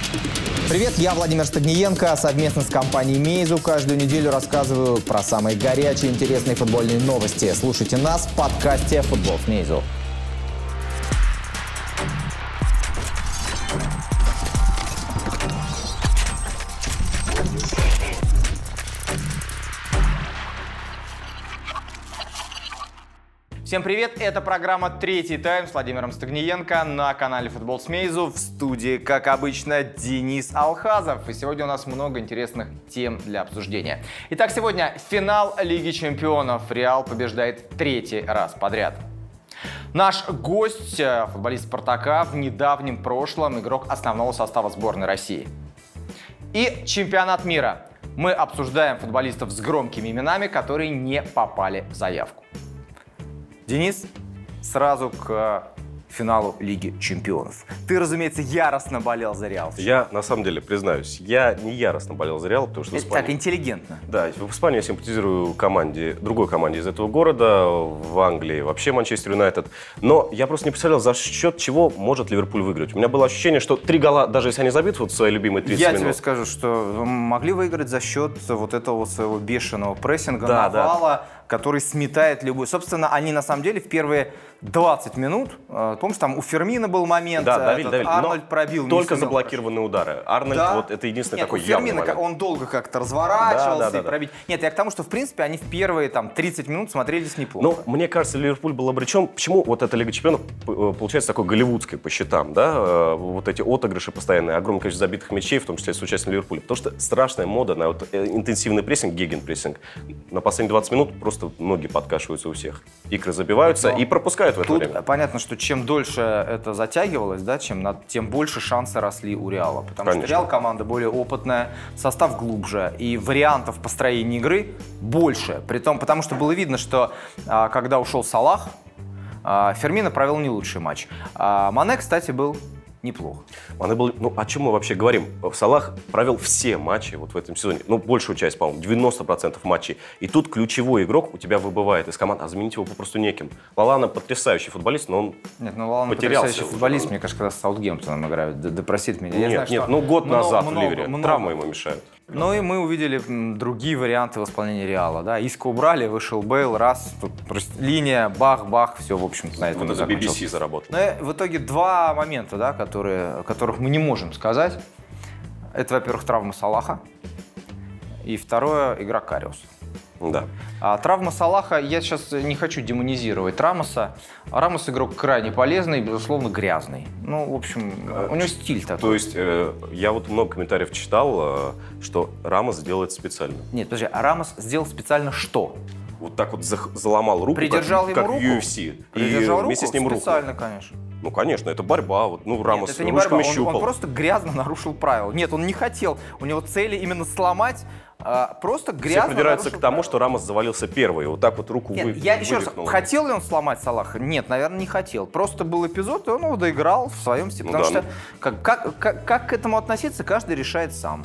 Привет, я Владимир Стагниенко. Совместно с компанией Meizu каждую неделю рассказываю про самые горячие, интересные футбольные новости. Слушайте нас в подкасте «Футбол с Meizu». Всем привет, это программа «Третий тайм» с Владимиром Стагниенко на канале «Футбол с Meizu». В студии, как обычно, Денис Алхазов. И сегодня у нас много интересных тем для обсуждения. Итак, сегодня финал Лиги чемпионов. Реал побеждает в третий раз подряд. Наш гость, футболист «Спартака», в недавнем прошлом игрок основного состава сборной России. И чемпионат мира. Мы обсуждаем футболистов с громкими именами, которые не попали в заявку. Денис, сразу к финалу Лиги чемпионов. Ты, разумеется, яростно болел за Реал. Я, на самом деле, признаюсь, я не яростно болел за Реал, потому что в Испании... Так, интеллигентно. Да, в Испании я симпатизирую другой команде из этого города, в Англии вообще Манчестер Юнайтед. Но я просто не представлял, за счет чего может Ливерпуль выиграть. У меня было ощущение, что 3 гола, даже если они забьют вот свои любимые 30 минут... Я тебе скажу, что могли выиграть за счет вот этого вот своего бешеного прессинга, навала, который сметает любой. Собственно, они на самом деле в первые 20 минут, помнишь, там у Фермина был момент, давили. Арнольд пробил. Только заблокированные удары. Арнольд, вот это единственный такой явный момент. Он долго как-то разворачивался и пробить. Нет, я к тому, что в принципе они в первые 30 минут смотрелись неплохо. Но мне кажется, Ливерпуль был обречен. Почему вот эта Лига чемпионов получается такой голливудской по счетам, да? Вот эти отыгрыши постоянные, огромное количество забитых мячей, в том числе с участием Ливерпуля. Потому что страшная мода на вот интенсивный прессинг, гегенпрессинг. На последние 20 минут просто ноги подкашиваются у всех. Икры забиваются и пропускают в это время. Тут понятно, что чем дольше это затягивалось, да, тем больше шансы росли у Реала. Потому что Реал команда более опытная, состав глубже и вариантов построения игры больше. Притом, потому что было видно, что когда ушел Салах, Фермино провел не лучший матч. Мане, кстати, был неплохо. О чем мы вообще говорим? Салах провел все матчи вот в этом сезоне, большую часть, по-моему, 90% матчей. И тут ключевой игрок у тебя выбывает из команды, а заменить его попросту неким. Лалана потрясающий футболист, но он Лалана потрясающий футболист, мне кажется, когда с Саутгемптоном играют, да простит меня. Год назад в Ливере травмы ему мешают. Ну и мы увидели другие варианты в исполнении Реала. Да? Иско убрали, вышел Бейл, тут линия, бах-бах, все, в общем-то, на этом за BBC заработал. Но в итоге 2 момента, да, которых мы не можем сказать. Это, во-первых, травма Салаха, и второе, игра Кариуса. Да. Травма Салаха, я сейчас не хочу демонизировать Рамоса. Рамос игрок крайне полезный, безусловно, грязный. В общем, у него стиль такой. То есть, я вот много комментариев читал, что Рамос делает специально. Нет, подожди, а Рамос сделал специально что? Вот так вот заломал руку, придержал как руку? UFC. Придержал и вместе руку? с ним руку. Специально, конечно. Конечно, это борьба. Рамос это не борьба, щупал. Он просто грязно нарушил правила. Нет, он не хотел. У него цели именно сломать, просто грязно. Все придираются к тому, что Рамос завалился первый. Вот так вот руку вывихнул. Я еще раз, хотел ли он сломать Салаха? Нет, наверное, не хотел. Просто был эпизод, и он его доиграл в своем стиле. Потому что как к этому относиться, каждый решает сам.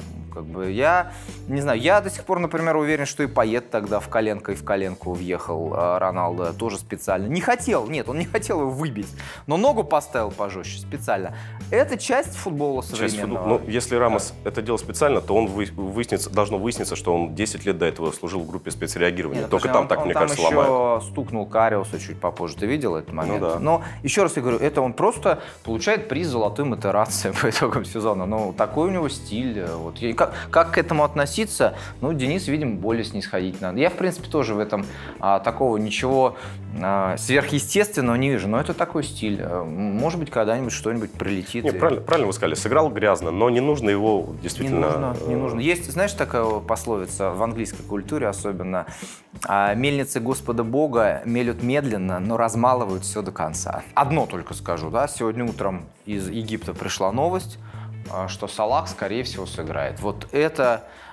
Я не знаю, я до сих пор, например, уверен, что и Пайет тогда в коленку въехал Роналдо тоже специально. Не хотел, он не хотел его выбить, но ногу поставил пожестче специально. Это часть футбола современного. Если Рамос это делал специально, то должно выясниться, что он 10 лет до этого служил в группе спецреагирования. Только там, мне кажется, ломают. Он еще стукнул Кариуса чуть попозже. Ты видел этот момент? Но еще раз я говорю, это он просто получает приз золотой итерации по итогам сезона. Такой у него стиль. Как к этому относиться? Денис, видимо, более снисходительно. Я, в принципе, тоже в этом такого ничего сверхъестественного не вижу. Но это такой стиль. Может быть, когда-нибудь что-нибудь прилетит. Нет, правильно вы сказали. Сыграл грязно, но не нужно его действительно... Не нужно. Есть, знаешь, такая пословица в английской культуре особенно. Мельницы Господа Бога мелют медленно, но размалывают все до конца. Одно только скажу. Сегодня утром из Египта пришла новость, что Салах, скорее всего, сыграет. Вот это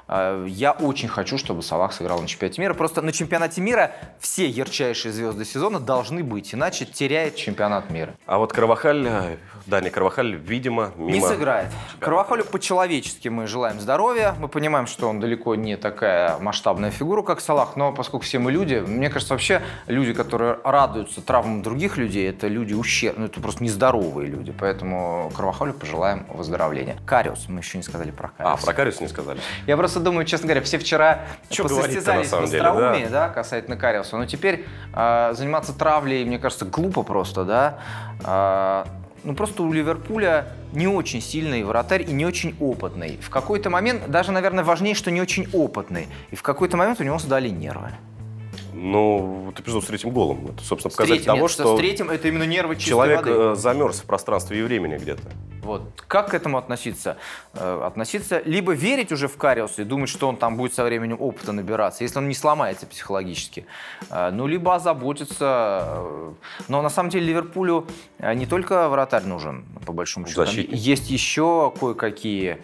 Я очень хочу, чтобы Салах сыграл на чемпионате мира. Просто на чемпионате мира все ярчайшие звезды сезона должны быть, иначе теряет чемпионат мира. А вот Дани Карвахаль, видимо, мимо... Не сыграет. Карвахалю по-человечески мы желаем здоровья. Мы понимаем, что он далеко не такая масштабная фигура, как Салах, но поскольку все мы люди, мне кажется, вообще люди, которые радуются травмам других людей, это люди ущербные, это просто нездоровые люди. Поэтому Карвахалю пожелаем выздоровления. Кариус, мы еще не сказали про Кариуса. Про Кариуса не сказали. Я просто думаю, честно говоря, все вчера посостязались в остроумии, да, касательно Кариуса. Но теперь заниматься травлей, мне кажется, глупо просто, да. Просто у Ливерпуля не очень сильный вратарь и не очень опытный. В какой-то момент, даже, наверное, важнее, что не очень опытный. И в какой-то момент у него сдали нервы. Вот эпизод с третьим голом. Это, собственно, показатель того, что с третьим это именно нервы чистой человек воды. замерз в пространстве и времени где-то. Вот. Как к этому относиться? Относиться, либо верить уже в Кариуса и думать, что он там будет со временем опыта набираться, если он не сломается психологически. Либо озаботиться. Но на самом деле Ливерпулю не только вратарь нужен, по большому счету. Есть еще кое-какие,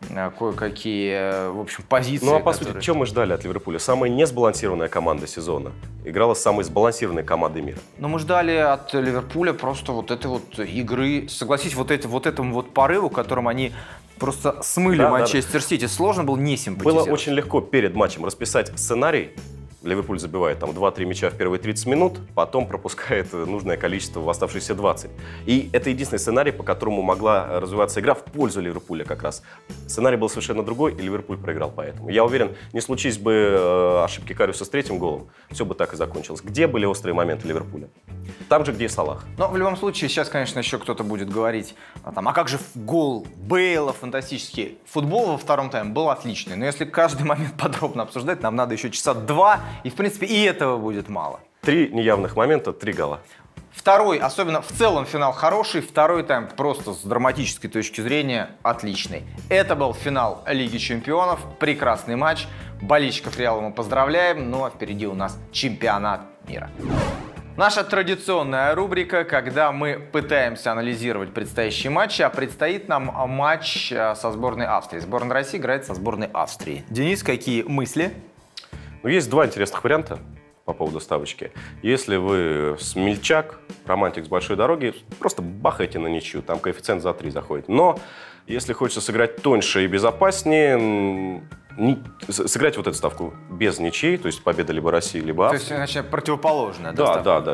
в общем, позиции. По сути, что мы ждали от Ливерпуля? Самая несбалансированная команда сезона играла с самой сбалансированной командой мира. Мы ждали от Ливерпуля просто вот этой вот игры, согласитесь, вот этому порыву, которым они просто смыли Манчестер Сити. Сложно было не симпатизировать. Было очень легко перед матчем расписать сценарий. Ливерпуль забивает там 2-3 мяча в первые 30 минут, потом пропускает нужное количество в оставшиеся 20. И это единственный сценарий, по которому могла развиваться игра в пользу Ливерпуля как раз. Сценарий был совершенно другой, и Ливерпуль проиграл поэтому. Я уверен, не случись бы ошибки Кариуса с третьим голом, все бы так и закончилось. Где были острые моменты Ливерпуля? Там же, где и Салах. Но в любом случае, сейчас, конечно, еще кто-то будет говорить, а как же гол Бейла фантастический. Футбол во втором тайме был отличный, но если каждый момент подробно обсуждать, нам надо еще часа 2, и, в принципе, и этого будет мало. 3 неявных момента, 3 гола. Второй, особенно в целом финал хороший, второй тайм просто с драматической точки зрения отличный. Это был финал Лиги Чемпионов, прекрасный матч, болельщиков Реала мы поздравляем, ну а впереди у нас чемпионат мира. Наша традиционная рубрика, когда мы пытаемся анализировать предстоящие матчи, а предстоит нам матч со сборной Австрии. Сборная России играет со сборной Австрии. Денис, какие мысли? Есть 2 интересных варианта по поводу ставочки. Если вы смельчак, романтик с большой дороги, просто бахайте на ничью, там коэффициент за 3 заходит. Но если хочется сыграть тоньше и безопаснее, сыграть вот эту ставку без ничьей, то есть победа либо России, либо Австрии. То есть, значит, противоположная, да? Да.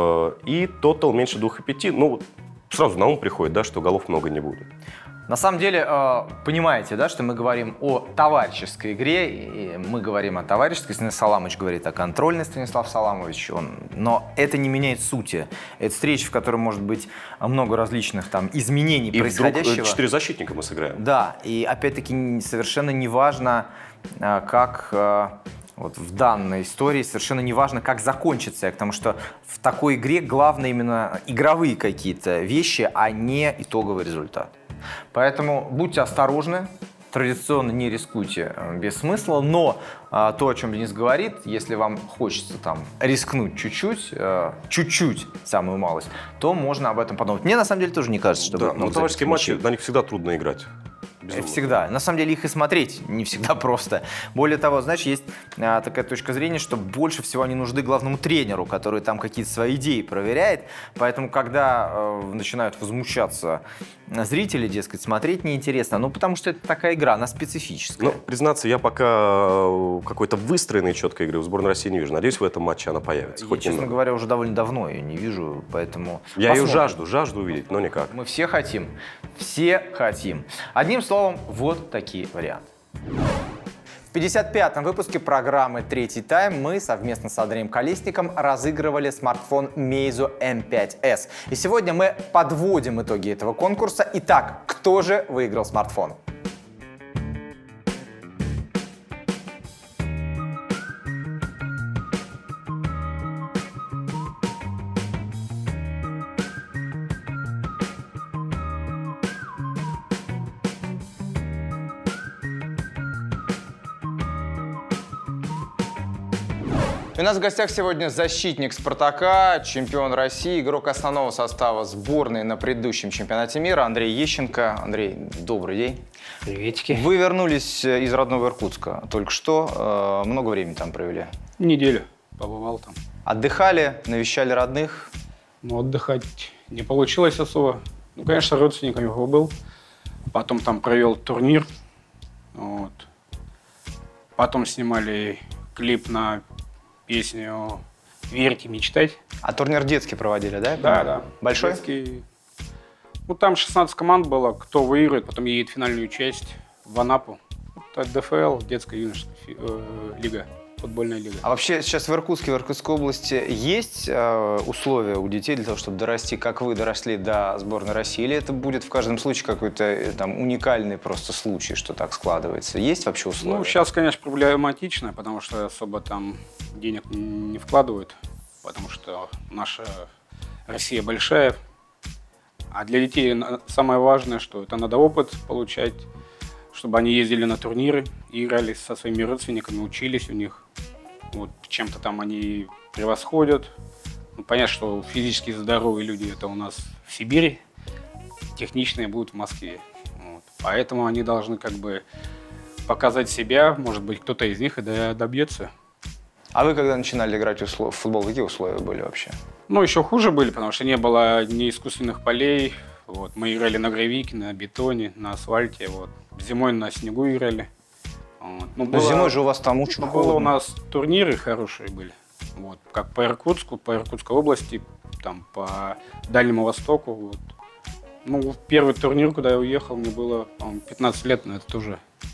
И тотал меньше 2,5. Сразу на ум приходит, что голов много не будет. На самом деле, понимаете, да, что мы говорим о товарищеской игре, и мы говорим о товарищеской, Станислав Саламович говорит о контрольной, Станислав Саламович, но это не меняет сути. Это встреча, в которой может быть много различных там изменений происходящего. И вдруг 4 защитника мы сыграем. Да, и опять-таки совершенно не важно, как... Вот в данной истории совершенно не важно, как закончится, потому что в такой игре главное именно игровые какие-то вещи, а не итоговый результат. Поэтому будьте осторожны, традиционно не рискуйте без смысла, но то, о чем Денис говорит, если вам хочется там рискнуть чуть-чуть, самую малость, то можно об этом подумать. Мне на самом деле тоже не кажется, что... Да, но товарищеские матчи, на них всегда трудно играть. Всегда. На самом деле их и смотреть не всегда просто. Более того, знаешь, есть такая точка зрения, что больше всего они нужны главному тренеру, который там какие-то свои идеи проверяет. Поэтому, когда начинают возмущаться зрители, дескать, смотреть неинтересно, потому что это такая игра, она специфическая. Признаться, я пока какой-то выстроенной четкой игры в сборной России не вижу. Надеюсь, в этом матче она появится. Я, честно говоря, уже довольно давно ее не вижу, поэтому... Я ее жажду увидеть, но никак. Мы все хотим. Одним словом, вот такие варианты. В 55-м выпуске программы «Третий тайм» мы совместно с Андреем Колесником разыгрывали смартфон Meizu M5s. И сегодня мы подводим итоги этого конкурса. Итак, кто же выиграл смартфон? У нас в гостях сегодня защитник «Спартака», чемпион России, игрок основного состава сборной на предыдущем чемпионате мира Андрей Ещенко. Андрей, добрый день. Приветики. Вы вернулись из родного Иркутска только что. Много времени там провели? Неделю побывал там. Отдыхали, навещали родных? Но отдыхать не получилось особо. Ну, конечно, родственниками был. Потом там провел турнир. Вот. Потом снимали клип на песню «Верьте, мечтать». А турнир детский проводили, да? Да. Большой? Детский. Ну, там 16 команд было. Кто выиграет, потом едет в финальную часть в Анапу. Это ДФЛ, детская юношеская лига, футбольная лига. А вообще сейчас в Иркутской области есть условия у детей для того, чтобы дорасти, как вы доросли до сборной России? Или это будет в каждом случае какой-то там уникальный просто случай, что так складывается? Есть вообще условия? Ну, сейчас, конечно, проблематично, потому что особо там денег не вкладывают, потому что наша Россия большая. А для детей самое важное, что это надо опыт получать, чтобы они ездили на турниры, играли со своими родственниками, учились у них. Вот, чем-то там они превосходят. Ну, понятно, что физически здоровые люди это у нас в Сибири, техничные будут в Москве. Вот. Поэтому они должны как бы показать себя, может быть, кто-то из них и добьется. А вы когда начинали играть в футбол, какие условия были вообще? Ну, еще хуже были, потому что не было ни искусственных полей. Вот. Мы играли на гравийке, на бетоне, на асфальте. Вот. Зимой на снегу играли. Вот. Но зимой же у вас там очень холодно. Было у нас турниры хорошие были. Вот. Как по Иркутску, по Иркутской области, там, по Дальнему Востоку. Вот. Ну, первый турнир, куда я уехал, мне было, по-моему, 15 лет, но это тоже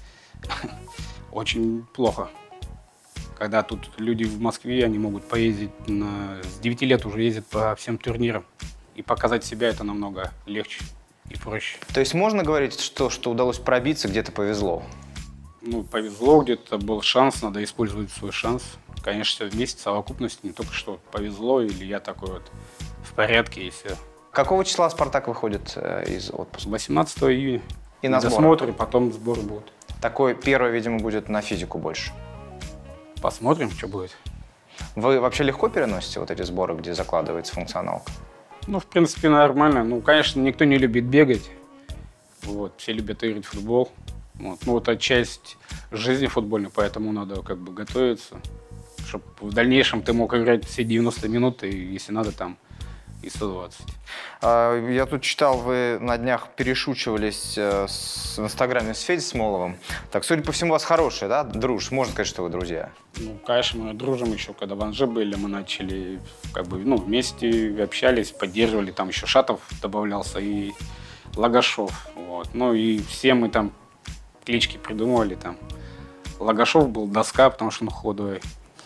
очень плохо. Когда тут люди в Москве, они могут поездить, с 9 лет уже ездят по всем турнирам. И показать себя это намного легче и проще. То есть можно говорить, что удалось пробиться, где-то повезло? Ну, повезло, где-то был шанс, надо использовать свой шанс. Конечно, все вместе, совокупность, не только что повезло, или я такой вот в порядке, и все. Какого числа «Спартак» выходит из отпуска? 18 июня. И на сбор? Досмотр, и потом сбор будет. Такой первый, видимо, будет на физику больше. Посмотрим, что будет. Вы вообще легко переносите вот эти сборы, где закладывается функционалка? Ну, в принципе, нормально. Ну, конечно, никто не любит бегать. Вот, все любят играть в футбол. Вот. Ну, это часть жизни футбольной, поэтому надо как бы готовиться, чтобы в дальнейшем ты мог играть все 90 минут, и, если надо, там и 120. Я тут читал, вы на днях перешучивались в Инстаграме с Федей Смоловым. Так, судя по всему, у вас хорошая, да, дружба? Можно сказать, что вы друзья? Ну, конечно, мы дружим еще, когда в Анже были, мы начали как бы, ну, вместе общались, поддерживали, там еще Шатов добавлялся и Лагашов. Вот. Ну и все мы там клички придумывали. Там. Лагашов был доска, потому что он худой.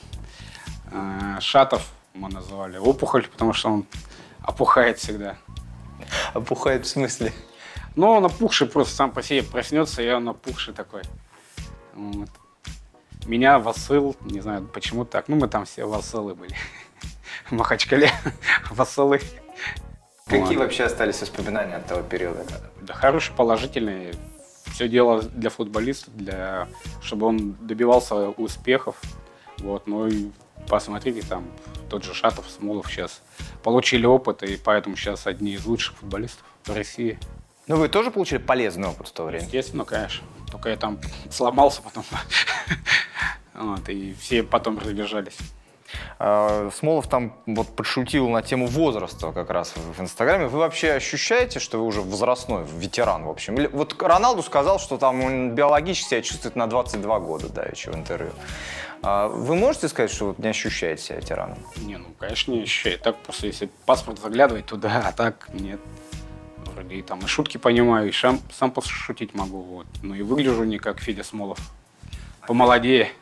Шатов мы называли опухоль, потому что он опухает всегда. Опухает в смысле? Ну, он опухший просто сам по себе проснется, и он опухший такой. Вот. Меня Васыл, не знаю, почему так. Ну, мы там все Васылы были. В Махачкале Васылы. Какие вообще остались воспоминания от того периода? Да хорошие, положительные. Все дело для футболиста, чтобы он добивался успехов. Вот. Ну и посмотрите, там тот же Шатов, Смолов сейчас получили опыт, и поэтому сейчас одни из лучших футболистов в России. Ну вы тоже получили полезный опыт в то время? Естественно, конечно. Только я там сломался потом. Вот, и все потом разбежались. Смолов там вот подшутил на тему возраста как раз в Инстаграме. Вы вообще ощущаете, что вы уже возрастной, ветеран, в общем? Или, вот Роналду сказал, что там он биологически себя чувствует на 22 года, да, еще в интервью. Вы можете сказать, что вот не ощущаете себя ветераном? Не, ну, конечно, не ощущаю. Так просто, если паспорт заглядывать туда, а так нет. Вроде и там и шутки понимаю, и сам пошутить могу. Вот. Ну и выгляжу не как Федя Смолов. Помолодее.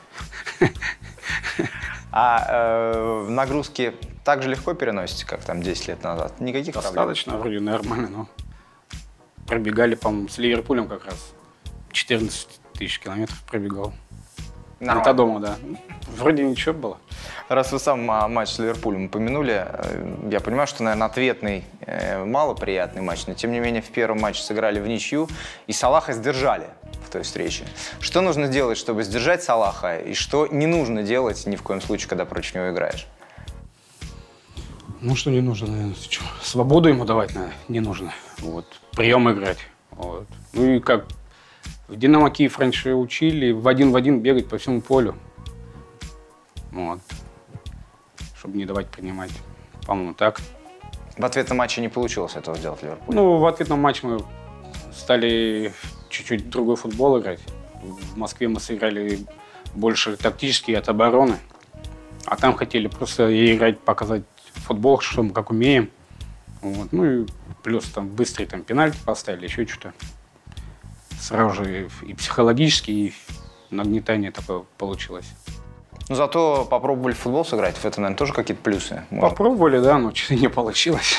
А нагрузки так же легко переносите, как там 10 лет назад? Никаких проблем? Достаточно, вроде нормально, но пробегали, по-моему, с Ливерпулем как раз. 14 тысяч километров пробегал. Это дома, да. Вроде ничего было. Раз вы сам матч с Ливерпулем упомянули, я понимаю, что, наверное, ответный малоприятный матч, но тем не менее в первом матче сыграли в ничью, и Салаха сдержали в той встрече. Что нужно делать, чтобы сдержать Салаха, и что не нужно делать ни в коем случае, когда против него играешь? Ну, что не нужно, наверное, свободу ему давать, наверное, не нужно. Вот. Прием играть. Вот. Ну и как в «Динамо» Киев раньше учили в один бегать по всему полю. Вот. Чтобы не давать принимать. По-моему, так. В ответном матче не получилось этого сделать Ливерпуль. Ну, в ответном матче мы стали чуть-чуть другой футбол играть. В Москве мы сыграли больше тактически от обороны. А там хотели просто играть, показать футбол, что мы как умеем. Вот. Ну и плюс там быстрый там пенальти поставили, еще что-то. Сразу же и психологически, и нагнетание такое получилось. Ну, зато попробовали в футбол сыграть, в этом, наверное, тоже какие-то плюсы. Может. Попробовали, да, но что-то не получилось.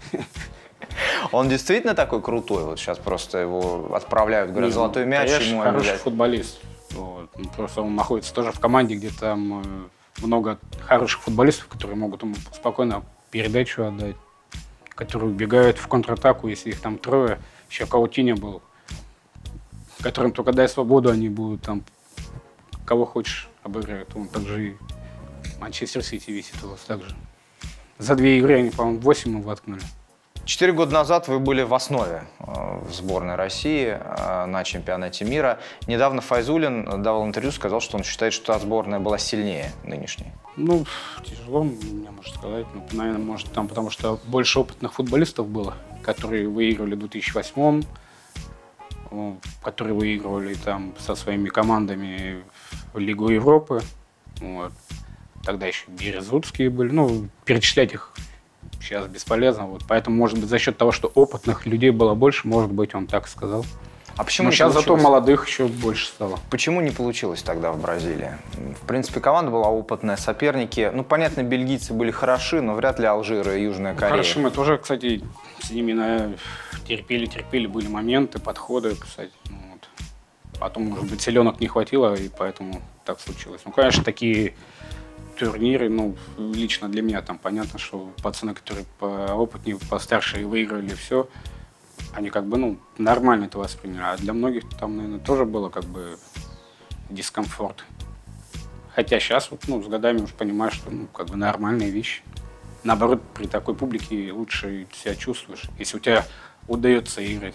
Он действительно такой крутой? Вот сейчас просто его отправляют, говорят, золотой мяч. Ему хороший футболист. Вот. Просто он находится тоже в команде, где там много хороших футболистов, которые могут ему спокойно передачу отдать, которые убегают в контратаку, если их там трое. Еще Каутиньо был, которым только дай свободу, они будут там кого хочешь обыгрывают. Он также и Манчестер Сити висит у вас также. За 2 игры они, по-моему, 8 мы воткнули. 4 года назад вы были в основе в сборной России на чемпионате мира. Недавно Файзуллин давал интервью, сказал, что он считает, что та сборная была сильнее нынешней. Ну, тяжело мне, можно сказать. Ну, наверное, может, там, потому что больше опытных футболистов было, которые выигрывали в 2008-м, которые выигрывали там со своими командами в Лигу Европы. Вот. Тогда еще Березутские были. Ну, перечислять их сейчас бесполезно. Вот. Поэтому, может быть, за счет того, что опытных людей было больше, может быть, он так сказал. А почему но сейчас зато молодых еще больше стало. Почему не получилось тогда в Бразилии? В принципе, команда была опытная, соперники. Ну, понятно, бельгийцы были хороши, но вряд ли Алжир и Южная Корея. Хорошо, мы тоже, кстати, с ними терпели, были моменты, подходы, кстати. Вот. Потом, может быть, селенок не хватило, и поэтому так случилось. Ну, конечно, такие турниры, ну, лично для меня там понятно, что пацаны, которые поопытнее, постарше выиграли все, они как бы, ну, нормально это восприняли. А для многих там, наверное, тоже было как бы дискомфорт. Хотя сейчас, вот, ну, с годами уже понимаю, что, ну, как бы нормальные вещи. Наоборот, при такой публике лучше себя чувствуешь, если у тебя удается играть.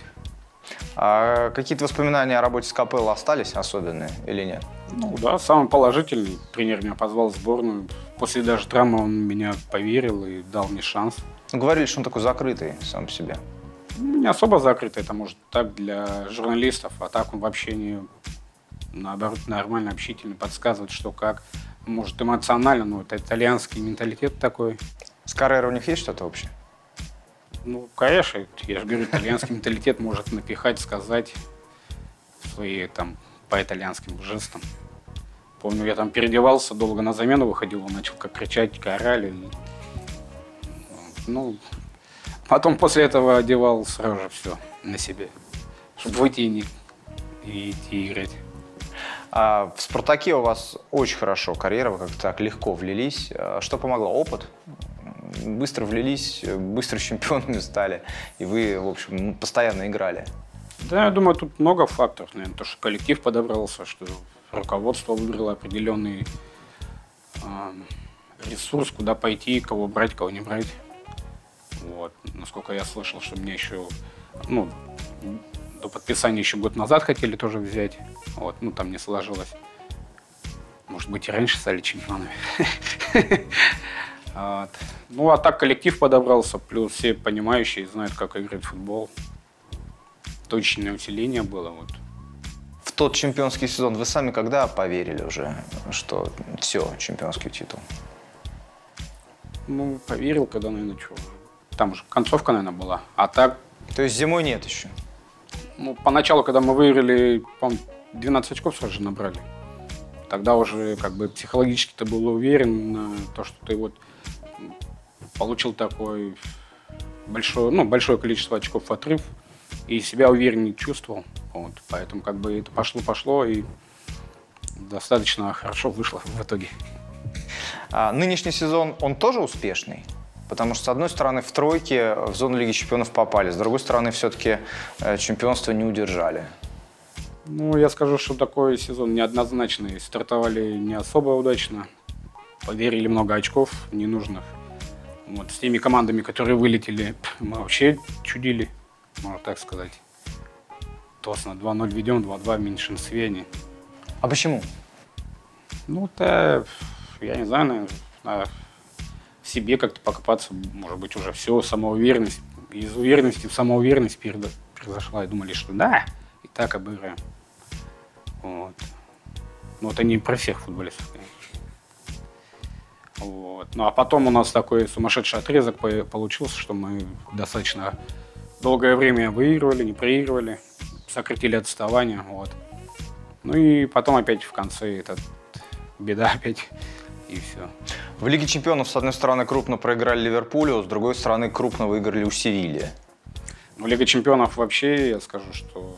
А какие-то воспоминания о работе с Капелло остались особенные или нет? Ну да, самый положительный. Тренер меня позвал в сборную. После даже травмы он меня поверил и дал мне шанс. Ну, говорили, что он такой закрытый сам по себе. Не особо закрытый, это может так для журналистов, а так он вообще не, наоборот, нормально общительный, подсказывает, что как. Может, эмоционально, но это итальянский менталитет такой. С Карреро у них есть что-то общее? Ну, конечно, я же говорю, итальянский менталитет может напихать, сказать свои там по итальянским жестам. Помню, я там переодевался, долго на замену выходил, он начал как кричать, орали. Ну, потом после этого одевал сразу же все на себе, чтобы выйти и идти играть. А в «Спартаке» у вас очень хорошо карьера, вы как-то так легко влились. Что помогло? Опыт? Быстро влились, быстро чемпионами стали, и вы, в общем, постоянно играли. Да, я думаю, тут много факторов, наверное, то, что коллектив подобрался, что руководство выбрало определенный ресурс, куда пойти, кого брать, кого не брать. Вот. Насколько я слышал, что мне еще, ну, до подписания еще год назад хотели тоже взять, вот, ну, там не сложилось. Может быть, и раньше стали чемпионами. Вот. Ну, а так коллектив подобрался, плюс все понимающие знают, как играть в футбол. Точное усиление было. Вот. В тот чемпионский сезон вы сами когда поверили уже, что все, чемпионский титул? Ну, поверил, когда, наверное, что. Там уже концовка, наверное, была. А так... То есть зимой нет еще? Ну, поначалу, когда мы выиграли, по-моему, 12 очков сразу же набрали. Тогда уже как бы психологически ты был уверен, то, что ты вот получил такое большое количество очков в отрыв и себя увереннее чувствовал. Вот. Поэтому как бы это пошло и достаточно хорошо вышло в итоге. Нынешний сезон, он тоже успешный? Потому что, с одной стороны, в тройке в зону Лиги Чемпионов попали, с другой стороны, все-таки чемпионство не удержали. Ну, я скажу, что такой сезон неоднозначный. Стартовали не особо удачно. Поверили много очков ненужных. Вот, с теми командами, которые вылетели, мы вообще чудили, можно так сказать. Тосно 2-0 ведем, 2-2 в меньшинстве. Они. А почему? Ну, это, я не знаю, наверное, надо в себе как-то покопаться. Может быть, уже все, самоуверенность. Из уверенности в самоуверенность произошла. И думали, что да, и так обыграем. Вот. Но это не про всех футболистов, конечно. Вот. Ну, а потом у нас такой сумасшедший отрезок получился, что мы достаточно долгое время выигрывали, не проигрывали, сократили отставание. Вот. Ну и потом опять в конце этот беда опять, и все. В Лиге чемпионов, с одной стороны, крупно проиграли Ливерпулю, с другой стороны, крупно выиграли у Севильи. Ну, Лига чемпионов вообще, я скажу, что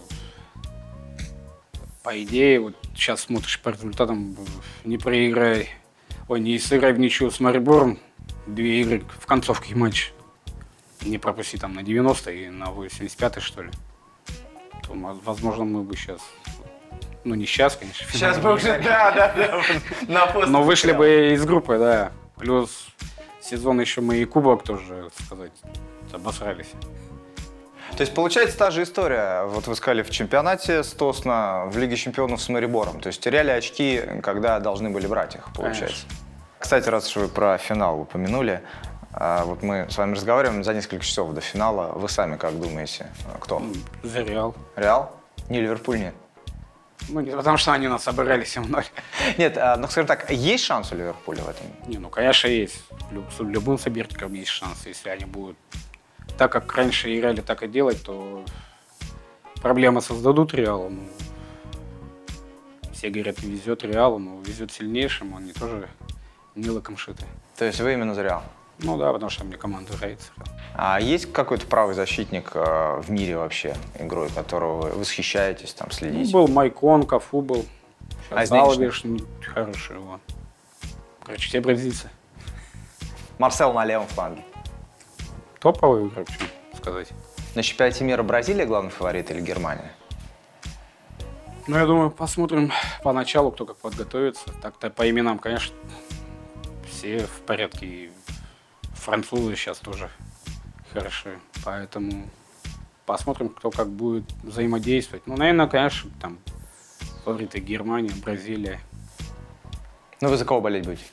по идее, вот сейчас смотришь по результатам, не проиграй, не сыграй в ничью с Марибором, 2 игры в концовке матча, не пропусти там на 90 и на 85 что ли, то, возможно, мы бы сейчас, ну не сейчас, конечно. Сейчас бы уже, да, на пост. Но вышли бы из группы, да. Плюс сезон еще мы и кубок тоже, так сказать, обосрались. То есть получается та же история. Вот вы сказали в чемпионате с Тосно, в Лиге чемпионов с Марибором. То есть теряли очки, когда должны были брать их, получается. Конечно. Кстати, раз уж вы про финал упомянули, вот мы с вами разговариваем за несколько часов до финала. Вы сами как думаете, кто? За Реал. Реал? Не Ливерпуль, нет? Ну, не потому что они нас обыграли 7-0. Нет, ну, скажем так, есть шанс у Ливерпуля в этом? Не, ну, конечно, есть. Любым соперникам есть шанс. Если они будут так, как раньше играли, так и делать, то проблемы создадут Реалу. Ну, все говорят, везет Реалу, но везет сильнейшему, они тоже не лаком шиты. То есть вы именно за Реал? Ну да, потому что мне команда нравится. А есть какой-то правый защитник в мире вообще, игрой которого вы восхищаетесь, там, следите? Ну, был Майкон, Кафу был. Сейчас Далвиш хороший. Вот. Короче, все бразильцы. Марсел на левом фланге. Топовый игрок, что сказать. На чемпионате мира Бразилия главный фаворит или Германия? Ну, я думаю, посмотрим поначалу, кто как подготовится. Так-то по именам, конечно, все в порядке. И французы сейчас тоже хороши. Поэтому посмотрим, кто как будет взаимодействовать. Ну, наверное, конечно, там фавориты Германия, Бразилия. Ну, вы за кого болеть будете?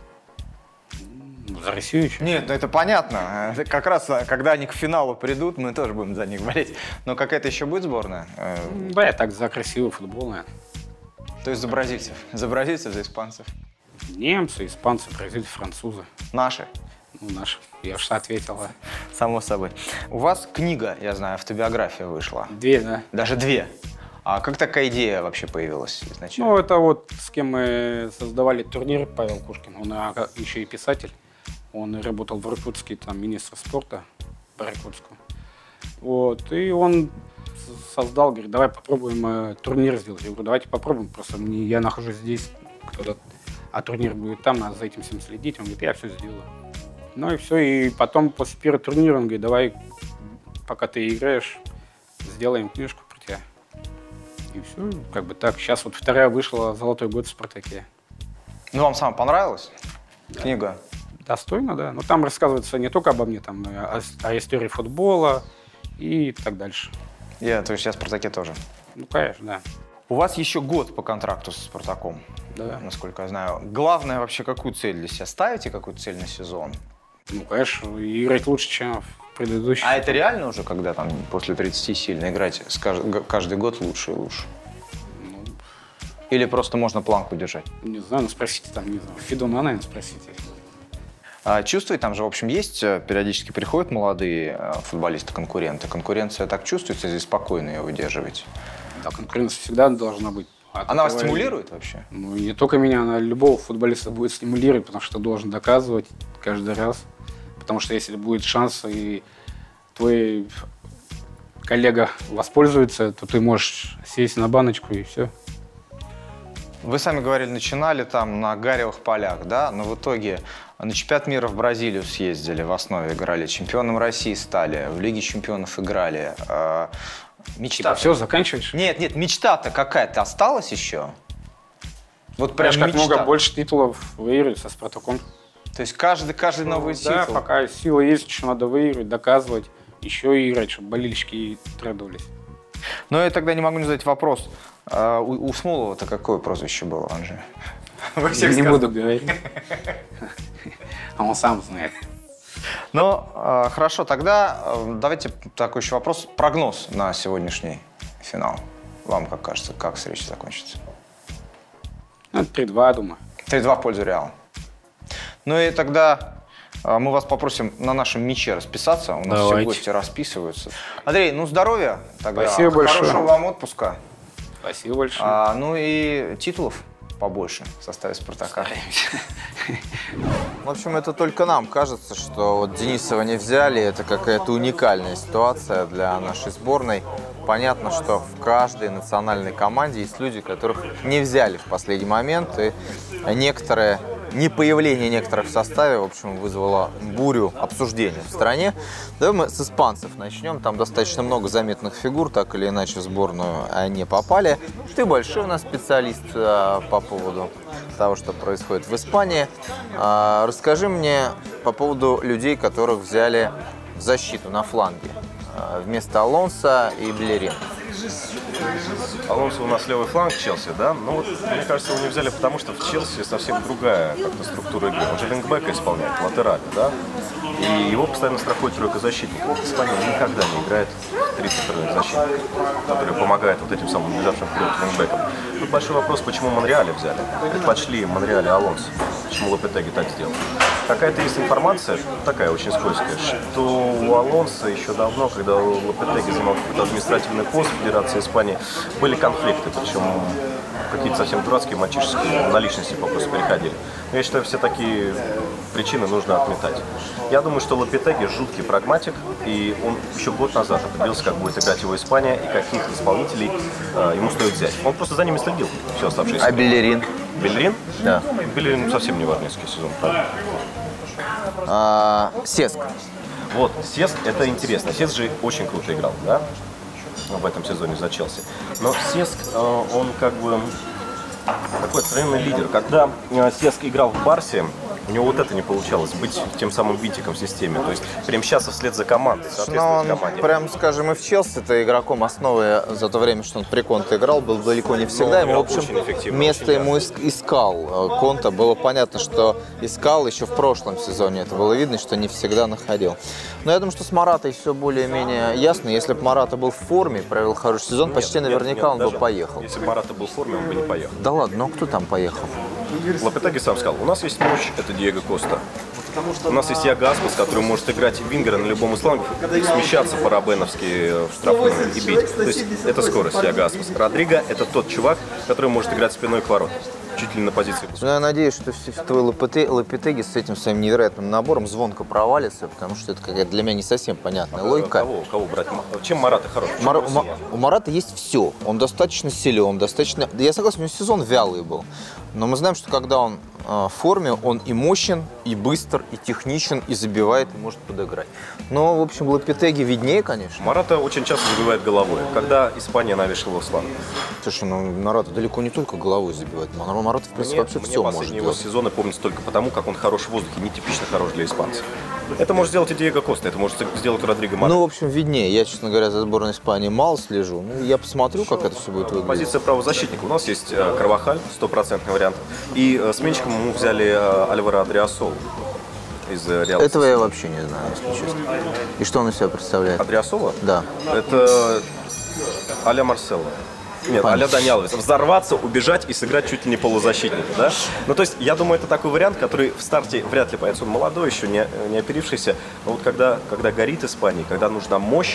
За Россию еще? Нет, ну это понятно. Как раз, когда они к финалу придут, мы тоже будем за них болеть. Но какая-то еще будет сборная? Да, я так за красивый футбол, наверное. То есть за бразильцев? За бразильцев, за испанцев? Немцы, испанцы, бразильцы, французы. Наши? Ну, наши. Я уж ответил, да. Само собой. У вас книга, я знаю, автобиография вышла. 2, да. Даже 2. А как такая идея вообще появилась изначально? Ну, это вот с кем мы создавали турнир, Павел Кушкин. Он еще и писатель. Он работал в Иркутске, там, министр спорта по Иркутску. Вот. И он создал, говорит, давай попробуем турнир сделать. Я говорю, давайте попробуем. Просто я нахожусь здесь, кто-то, а турнир будет там, надо за этим всем следить. Он говорит, я все сделаю. Ну и все. И потом после первого турнира он говорит, давай, пока ты играешь, сделаем книжку про тебя. И все, как бы так. Сейчас вот 2 вышла «Золотой год в Спартаке». Ну, вам самому понравилась книга? Достойно, да. Но там рассказывается не только обо мне, там о истории футбола и так дальше. То есть я в «Спартаке» тоже? Ну, конечно, да. У вас еще год по контракту со «Спартаком», Да. насколько я знаю. Главное вообще, какую цель для себя? Ставите какую-то цель на сезон? Ну, конечно, играть лучше, чем в предыдущий. А это реально уже, когда там после 30 сильно играть каждый год лучше и лучше? Ну, Или просто можно планку держать? не знаю, ну спросите там, не знаю, Федуна, наверное, спросите. Чувствуете, там же, в общем, есть, периодически приходят молодые футболисты-конкуренты. Конкуренция так чувствуется, здесь спокойно ее выдерживаете? Да, конкуренция всегда должна быть. Она вас стимулирует вообще? Ну, и не только меня, она любого футболиста будет стимулировать, потому что должен доказывать каждый раз. Потому что если будет шанс, и твой коллега воспользуется, то ты можешь сесть на баночку и все. Вы сами говорили, начинали там на гаревых полях, да? Но в итоге на чемпионат мира в Бразилию съездили, в основе играли, чемпионом России стали, в Лиге чемпионов играли. Мечта. Все, заканчиваешь? Нет, мечта-то какая-то осталась еще? Вот прям Прям как мечта. много больше титулов выиграть со Спартаком. То есть каждый новый Да, титул. пока сила есть, еще надо выиграть, доказывать, еще и играть, чтобы болельщики радовались. Но я тогда не могу не задать вопрос. У Смолова-то какое прозвище было, он же? Я не буду говорить. А он сам знает. Ну, хорошо, тогда давайте такой еще вопрос. Прогноз на сегодняшний финал. Вам как кажется, как встреча закончится? 3-2, думаю. 3-2 в пользу Реала. Ну и тогда мы вас попросим на нашем мяче расписаться. У нас все Давайте. гости расписываются. Андрей, ну здоровья тогда. Спасибо большое. Хорошего вам отпуска. Спасибо большое. Ну и титулов побольше в составе «Спартака». В общем, это только нам кажется, что вот Денисова не взяли. Это какая-то уникальная ситуация для нашей сборной. Понятно, что в каждой национальной команде есть люди, которых не взяли в последний момент. И непоявление некоторых в составе, в общем, вызвало бурю обсуждений в стране. Давай мы с испанцев начнем. Там достаточно много заметных фигур, так или иначе в сборную они попали. Ты большой у нас специалист по поводу того, что происходит в Испании. Расскажи мне по поводу людей, которых взяли в защиту на фланге вместо Алонсо и Белерин. Алонсо у нас левый фланг Челси, да? Ну, вот, мне кажется, его не взяли, потому что в Челси совсем другая как-то структура игры. Он же вингбека исполняет, латерали, да? И его постоянно страхует тройка защитников. Испания никогда не играет в 33 защитника, который помогает вот этим самым бежавшим вперед вингбекам. Тут большой вопрос, почему Монреале взяли? Предпочли Монреале Алонсо. Почему Лопетеги так сделал? Какая-то есть информация, такая очень скользкая, что у Алонсо еще давно, когда Лопетеги занимал какой-то административный пост в Федерации Испании, были конфликты, причем какие-то совсем дурацкие, мальчишеские, на личности попросту переходили. Но я считаю, все такие причины нужно отметать. Я думаю, что Лопетеги жуткий прагматик, и он еще год назад определился, как будет играть его Испания и каких исполнителей ему стоит взять. Он просто за ними следил все оставшееся. А Белерин? Белерин? Да. Белерин совсем не варнинский сезон, правда? Сеск. Вот, Сеск, это интересно. Сеск же очень круто играл, да? В этом сезоне за Челси. Но Сеск, он как бы такой откровенный лидер. Когда Сеск играл в Барсе, у него вот это не получалось, быть тем самым винтиком в системе. То есть перемещаться вслед за командой, Но соответствовать он, команде. прям скажем, и в Челси-то игроком основы за то время, что он при Конте играл, был далеко не всегда. Ему, в общем, очень эффективно, место очень ему искал. Конте было понятно, что искал еще в прошлом сезоне. Это было видно, что не всегда находил. Но я думаю, что с Моратой все более-менее ясно. Если бы Мората был в форме, провел хороший сезон, почти наверняка он бы даже поехал. Если бы Мората был в форме, он бы не поехал. Да ладно, но кто там поехал? Лопетеги сам сказал, у нас есть мощь, это Диего Коста. У нас есть Яго Аспас, который может играть вингера на любом из флангов, смещаться по-рабеновски в штрафную и бить. То есть это скорость Яго Аспас. Родриго – это тот чувак, который может играть спиной к воротам. Чуть ли на позиции. Ну, я надеюсь, что твой Лопетеги с этим своим невероятным набором звонко провалится, потому что это какая-то для меня не совсем понятная логика. Кого брать? Чем Марата хорош? У Марата есть все. Он достаточно силен, достаточно... Я согласен, у него сезон вялый был. Но мы знаем, что когда он в форме, он и мощен, и быстр, и техничен, и забивает, и может подыграть. Но, в общем, Лопетеги виднее, конечно. Марата очень часто забивает головой. Когда Испания навешала его славу? Слушай, ну Марата далеко не только головой забивает. Марата, в принципе, вообще все может последние его делать. сезоны помнится только потому, как он хорош в воздухе, нетипично хорош для испанцев. Это может сделать и Диего Коста, это может сделать Родриго Марата. Ну, в общем, виднее. Я, честно говоря, за сборной Испании мало слежу. Ну, я посмотрю, как это все будет выглядеть. Позиция правозащитника. У нас есть Карвахаль, стопроцентный вариант. И сменщиком мы взяли Альваро Адриасолу из Реала. Этого я вообще не знаю, если честно. И что он из себя представляет? Адриасола? Да. Это а-ля Марсело. Нет, а-ля Дани Алвес. Взорваться, убежать и сыграть чуть ли не полузащитника, да? Ну, то есть, я думаю, это такой вариант, который в старте вряд ли появится. Он молодой еще, не оперившийся. Но вот когда горит Испания, когда нужна мощь,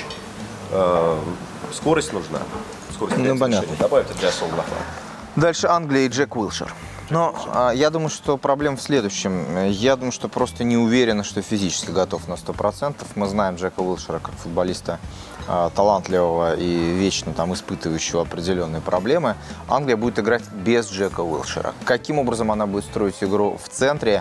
скорость нужна. Скорость понятно. Добавить Адриасолу на фланг. Дальше Англия и Джек Уилшер. Но я думаю, что проблема в следующем. Я думаю, что просто не уверена, что физически готов на 100%. Мы знаем Джека Уилшера как футболиста талантливого и вечно там испытывающего определенные проблемы. Англия будет играть без Джека Уилшера. Каким образом она будет строить игру в центре?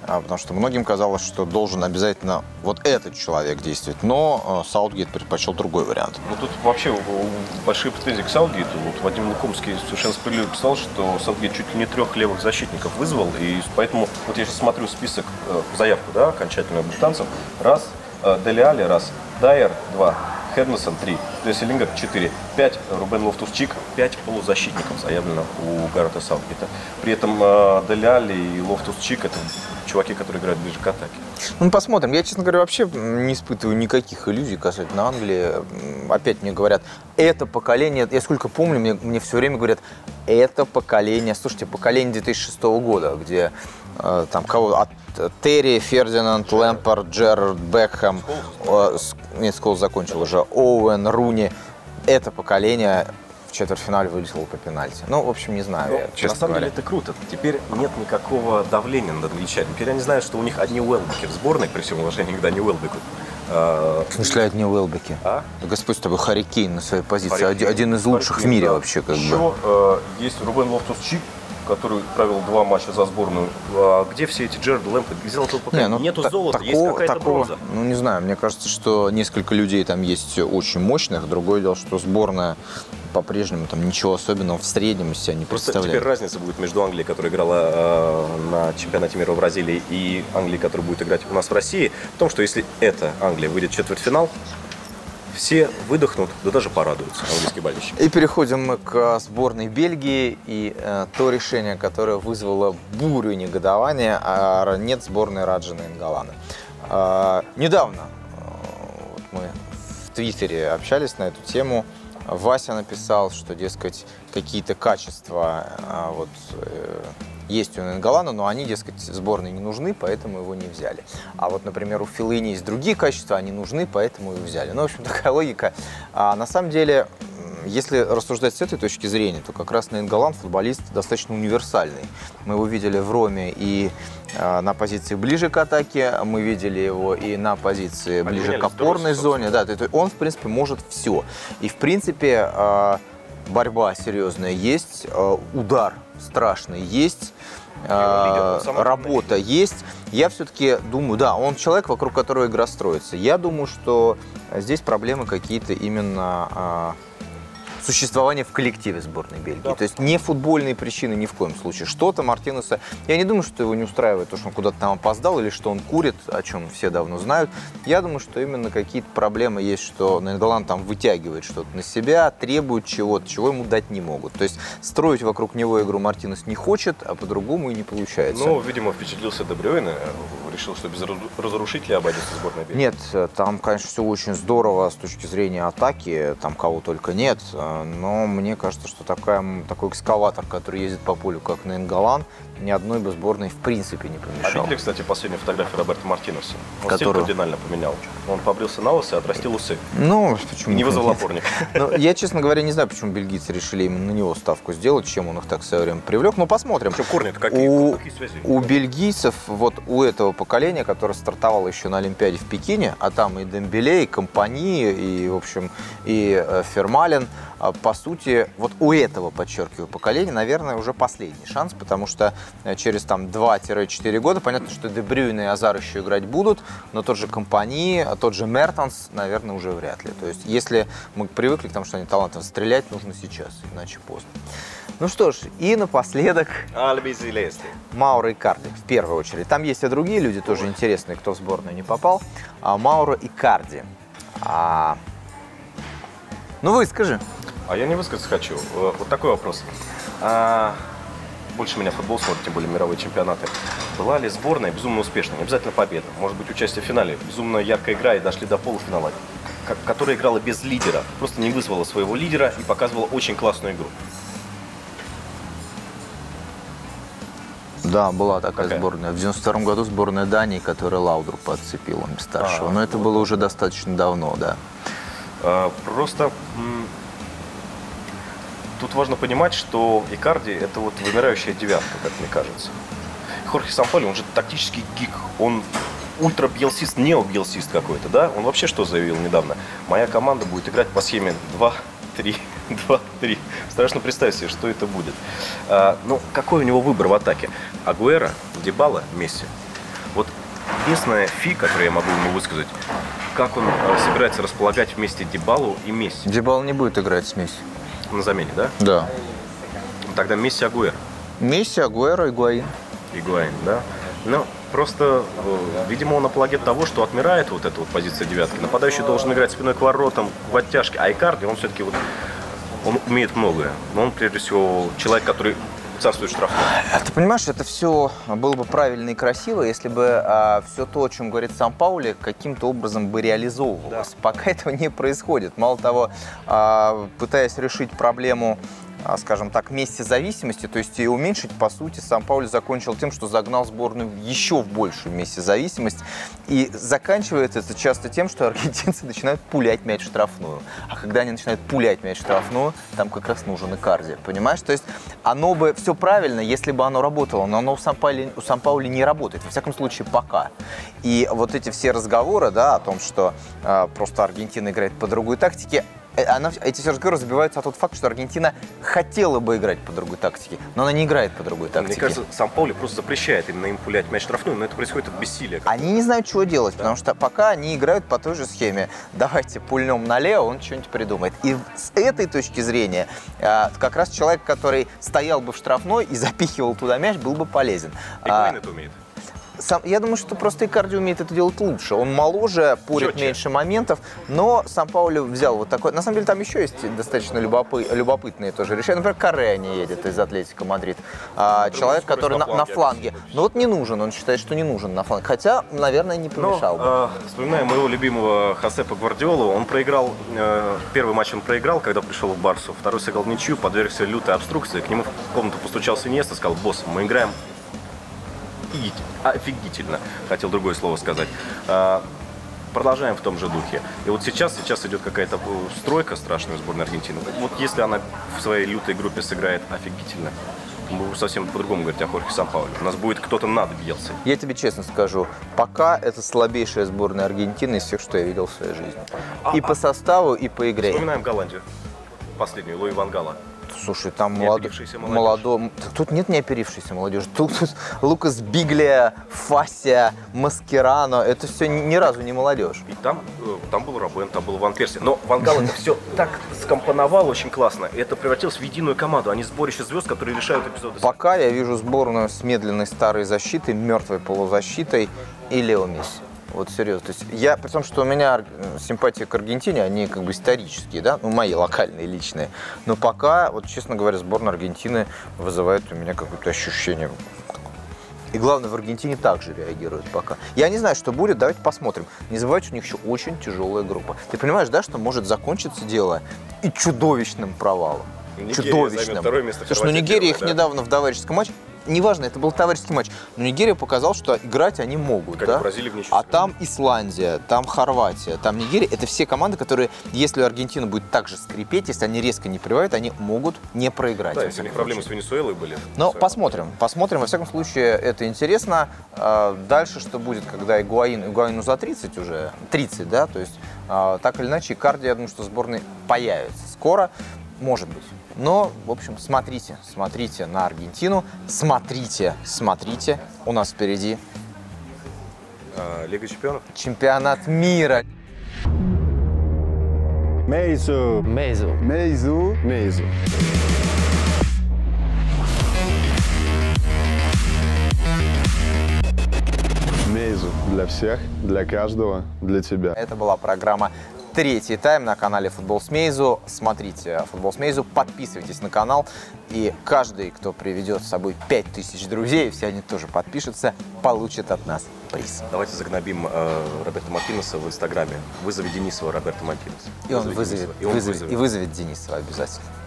потому что многим казалось, что должен обязательно вот этот человек действовать, но Саутгейт предпочел другой вариант. Ну тут вообще большие претензии к Саутгейту. Вот Вадим Лукомский совершенно справедливо писал, что Саутгейт чуть ли не 3 левых защитников вызвал, и поэтому вот я сейчас смотрю список, заявку, да, окончательную британцев. Раз, Дели Алли, раз, Дайер, 2, Хендерсон 3, Джесси Лингард 4, 5, Рубен Лофтус-Чик, 5 полузащитников заявлено у Гаррета Саутгейта. При этом Дели Алли и Лофтус-Чик — это чуваки, которые играют ближе к атаке. Ну, посмотрим. Я, честно говоря, вообще не испытываю никаких иллюзий касательно Англии. Опять мне говорят, это поколение, я сколько помню, мне все время говорят, это поколение, слушайте, поколение 2006 года, где там кого от Терри, Фердинанд, Лэмпард, Джерард, Бекхэм, Сколз закончил уже, Оуэн, Руни. Это поколение в четвертьфинале вылетело по пенальти. Ну, в общем, не знаю, честно На самом говоря. деле это круто. Теперь нет никакого давления над англичанами. Теперь они знают, что у них одни Уэлбеки в сборной, при всем уважении к Дани Уэлбеку. В смысле, одни Уэлбеки? А? Да Господь с тобой, Харри Кейн на своей позиции. Харри Кейн. Один из лучших в мире вообще. Как бы. Еще есть Рубен Лофтус-Чик, который провел 2 матча за сборную. Где все эти Джерард Лэмпард? Где золотого поколения? Нету золота, есть какая-то бронза. Ну, не знаю, мне кажется, что несколько людей там есть очень мощных. Другое дело, что сборная по-прежнему там ничего особенного в среднем из себя не Просто представляет. теперь разница будет между Англией, которая играла на чемпионате мира в Бразилии, и Англией, которая будет играть у нас в России, в том, что если эта Англия выйдет в четвертьфинал, все выдохнут, да даже порадуются английские болельщики. И переходим мы к сборной Бельгии и то решение, которое вызвало бурю негодования, нет сборной Раджа Наинголана. Недавно вот мы в Твиттере общались на эту тему. Вася написал, что, дескать, какие-то качества есть у Наинголана, но они, дескать, сборной не нужны, поэтому его не взяли. А вот, например, у Феллини есть другие качества, они нужны, поэтому его взяли. Ну, в общем, такая логика. На самом деле, если рассуждать с этой точки зрения, то как раз Наинголан футболист достаточно универсальный. Мы его видели в Роме и на позиции ближе к атаке, мы видели его и на позиции ближе к опорной зоне. Да, он, в принципе, может все. И, в принципе, борьба серьезная есть, удар страшный есть, работа есть. Я все-таки думаю, да, он человек, вокруг которого игра строится. Я думаю, что здесь проблемы какие-то именно существование в коллективе сборной Бельгии. Да. То есть не футбольные причины ни в коем случае. Что-то Мартинеса... Я не думаю, что его не устраивает то, что он куда-то там опоздал или что он курит, о чем все давно знают. Я думаю, что именно какие-то проблемы есть, что Наинголан там вытягивает что-то на себя, требует чего-то, чего ему дать не могут. То есть строить вокруг него игру Мартинес не хочет, а по-другому и не получается. Ну, видимо, впечатлился Де Брюйне, решил, что без разрушителя обойдется сборная Бельгии. Нет, там, конечно, все очень здорово с точки зрения атаки, там кого только нет. Но мне кажется, что такой экскаватор, который ездит по полю, как Наинголан, ни одной бы сборной в принципе не помешал. А видели, кстати, последнюю фотографию Роберто Мартинеса? Он стиль кардинально поменял. Он побрился на лысо и отрастил усы. Ну, почему? И не вызвал опорник. Я, честно говоря, не знаю, почему бельгийцы решили именно на него ставку сделать, чем он их так в свое время привлек. Но посмотрим. Корни-то какие связи? У бельгийцев, вот у этого поколения, которое стартовало еще на Олимпиаде в Пекине, а там и Дембеле, и Компани, и, в общем, и Фермален, по сути, вот у этого, подчеркиваю, поколения, наверное, уже последний шанс, потому что через там 2-4 года, понятно, что Де Брюйне и Азар еще играть будут, но тот же Компани, тот же Мертенс, наверное, уже вряд ли. То есть, если мы привыкли к тому, что они талантливо стрелять, нужно сейчас, иначе поздно. Ну что ж, и напоследок Мауро Икарди, в первую очередь. Там есть и другие люди, тоже интересные, кто в сборную не попал. Мауро Икарди. Ну, выскажи. А я не высказаться хочу. Вот такой вопрос. Больше меня футбол смотрит, тем более мировые чемпионаты. Была ли сборная безумно успешной? Не обязательно победа. Может быть, участие в финале. Безумно яркая игра и дошли до полуфинала. Которая играла без лидера. Просто не вызвала своего лидера и показывала очень классную игру. Да, была такая сборная. В 92-м году сборная Дании, которая Лаудру подцепила, старшего. Но это было уже достаточно давно, да. Просто тут важно понимать, что Икарди — это вот вымирающая девятка, как мне кажется. Хорхе Самполи, он же тактический гик, он ультра-бьелсист, нео-бьелсист какой-то, да? Он вообще что заявил недавно? Моя команда будет играть по схеме 2-3. Страшно представить себе, что это будет. Ну, какой у него выбор в атаке? Агуэро, Дибала, Месси. Вот единственное фи, которое я могу ему высказать, как он собирается располагать вместе Дибалу и Месси. Дибала не будет играть с Месси. На замене, да? Да. Тогда Месси, Агуэро. Месси, Агуэро, Игуаин. Игуаин, да? Ну, просто, видимо, он апологет того, что отмирает вот эта вот позиция девятки. Нападающий должен играть спиной к воротам, в оттяжке. А Икарди, он все-таки вот, он умеет многое. Но он, прежде всего, человек, который царствует штрафной. Ты понимаешь, это все было бы правильно и красиво, если бы все то, о чем говорит Сан-Паули, каким-то образом бы реализовывалось. Да. Пока этого не происходит. Мало того, пытаясь решить проблему, скажем так, месте зависимости, то есть ее уменьшить, по сути, Сан-Паули закончил тем, что загнал сборную еще в большую месте зависимость. И заканчивается это часто тем, что аргентинцы начинают пулять мяч в штрафную. А когда они начинают пулять мяч в штрафную, там как раз нужен Икарди, понимаешь? То есть оно бы все правильно, если бы оно работало, но оно у Сан-Паули не работает, во всяком случае, пока. И вот эти все разговоры, да, о том, что просто Аргентина играет по другой тактике, эти все разговоры разбиваются о тот факт, что Аргентина хотела бы играть по другой тактике, но она не играет по другой тактике. Мне кажется, Сан-Паули просто запрещает именно им пулять мяч в штрафную, но это происходит от бессилия. Они не знают, чего делать, да. Потому что пока они играют по той же схеме. Давайте пульнем налево, он что-нибудь придумает. И с этой точки зрения как раз человек, который стоял бы в штрафной и запихивал туда мяч, был бы полезен. Игуаин это умеет. Я думаю, что просто Икарди умеет это делать лучше. Он моложе, порит меньше моментов, но Сан-Паули взял вот такой. На самом деле там еще есть достаточно любопытные тоже решения. Например, Корrea не едет из Атлетико Мадрид. Человек, который на фланге. Но вот не нужен, он считает, что не нужен на фланге. Хотя, наверное, не помешал бы. Вспоминаем моего любимого Хосепа Гвардиолу. Он проиграл, первый матч он проиграл, когда пришел в Барсу. Второй сыграл в ничью, подвергся лютой обструкции. К нему в комнату постучался Иньеста, сказал: босс, мы играем офигительно, хотел другое слово сказать. Продолжаем в том же духе. И вот сейчас идет какая-то стройка страшная в сборной Аргентины. Вот если она в своей лютой группе сыграет офигительно, мы будем совсем по-другому говорить о Хорхе Сан-Пауле. У нас будет кто-то над Бьелсой. Я тебе честно скажу, пока это слабейшая сборная Аргентины из всех, что я видел в своей жизни. И по составу, и по игре. Вспоминаем Голландию. Последнюю, Луи ван Гала. Слушай, там молодой. Тут нет не оперившейся молодежи. Тут Лукас Биглия, Фася, Маскерано. Это все ни разу не молодежь. И там был Робben, там был Ван Перси. Но Ван Гал это все так скомпоновал очень классно. И это превратилось в единую команду. Они сборище звезд, которые решают эпизоды. Пока я вижу сборную с медленной старой защитой, мертвой полузащитой и Лео Месси. Вот серьезно. То есть я, при том, что у меня симпатии к Аргентине, они как бы исторические, да, ну, мои локальные, личные. Но пока, вот честно говоря, сборная Аргентины вызывает у меня какое-то ощущение. И главное, в Аргентине также реагируют пока. Я не знаю, что будет, давайте посмотрим. Не забывайте, у них еще очень тяжелая группа. Ты понимаешь, да, что может закончиться дело и чудовищным провалом. Нигерия чудовищным. Второе место. Слушай, Нигерия их недавно в товарищеском матче. Неважно, это был товарищеский матч, но Нигерия показал, что играть они могут. Как да? Бразилия в ничью. А там Исландия, там Хорватия, там Нигерия. Это все команды, которые, если Аргентина будет так же скрипеть, если они резко не приводят, они могут не проиграть. Да, если у них проблемы с Венесуэлой были. Но посмотрим. Во всяком случае, это интересно. Дальше что будет, когда Игуаину за 30 уже, 30, да, то есть так или иначе, Икарди, я думаю, что сборной появится скоро. Может быть. Но, в общем, смотрите на Аргентину. Смотрите. У нас впереди Лига чемпионов. Чемпионат мира. Мейзу. Мейзу для всех, для каждого, для тебя. Это была программа «Третий тайм» на канале Футбол с Мейзу. Смотрите Футбол с Мейзу, подписывайтесь на канал. И каждый, кто приведет с собой 5000 друзей, все они тоже подпишутся, получит от нас приз. Давайте загнобим Роберто Мартинеса в Инстаграме. Вызови Денисова Роберто Мартинеса. И он вызовет Денисова обязательно.